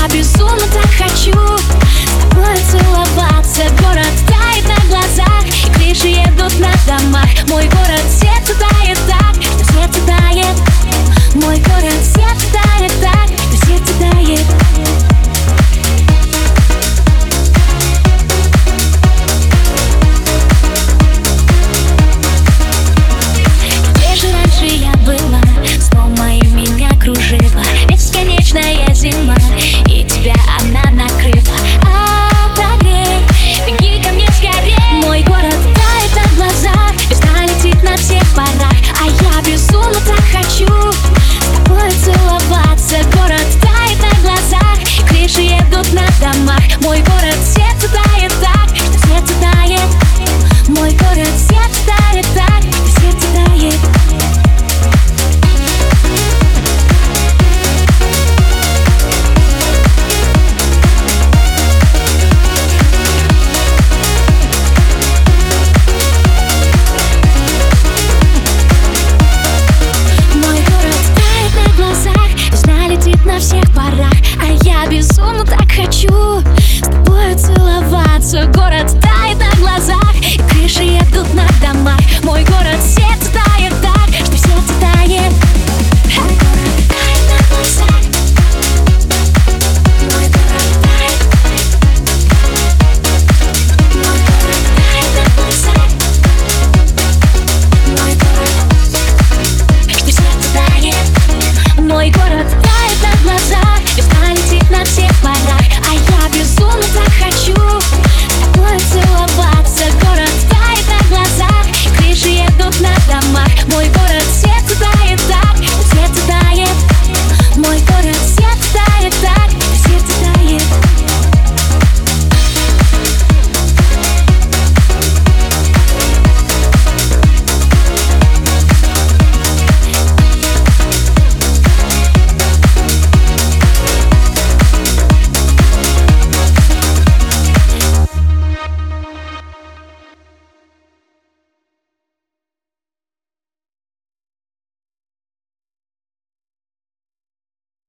я безумно так хочу с тобой целоваться. Город тает на глазах, и крыши едут на домах. Мой город, сердце тает так, что сердце тает. Мой город, сердце тает так, что сердце тает. Где же раньше я была? Снова мои меня кружила бесконечная зима, и тебя она накрыла. Отогрей, беги ко мне скорей. Мой город тает на глазах, весна летит на всех парах, а я безумно так хочу с тобой целоваться. Город тает на глазах, и крыши едут на домах. Мой город, сердце тает так, что сердце тает. Мой город, сердце тает так, что сердце тает. На всех парах, а я безумно так хочу с тобой целоваться. Город тает на глазах, и крыши едут на домах. Мой город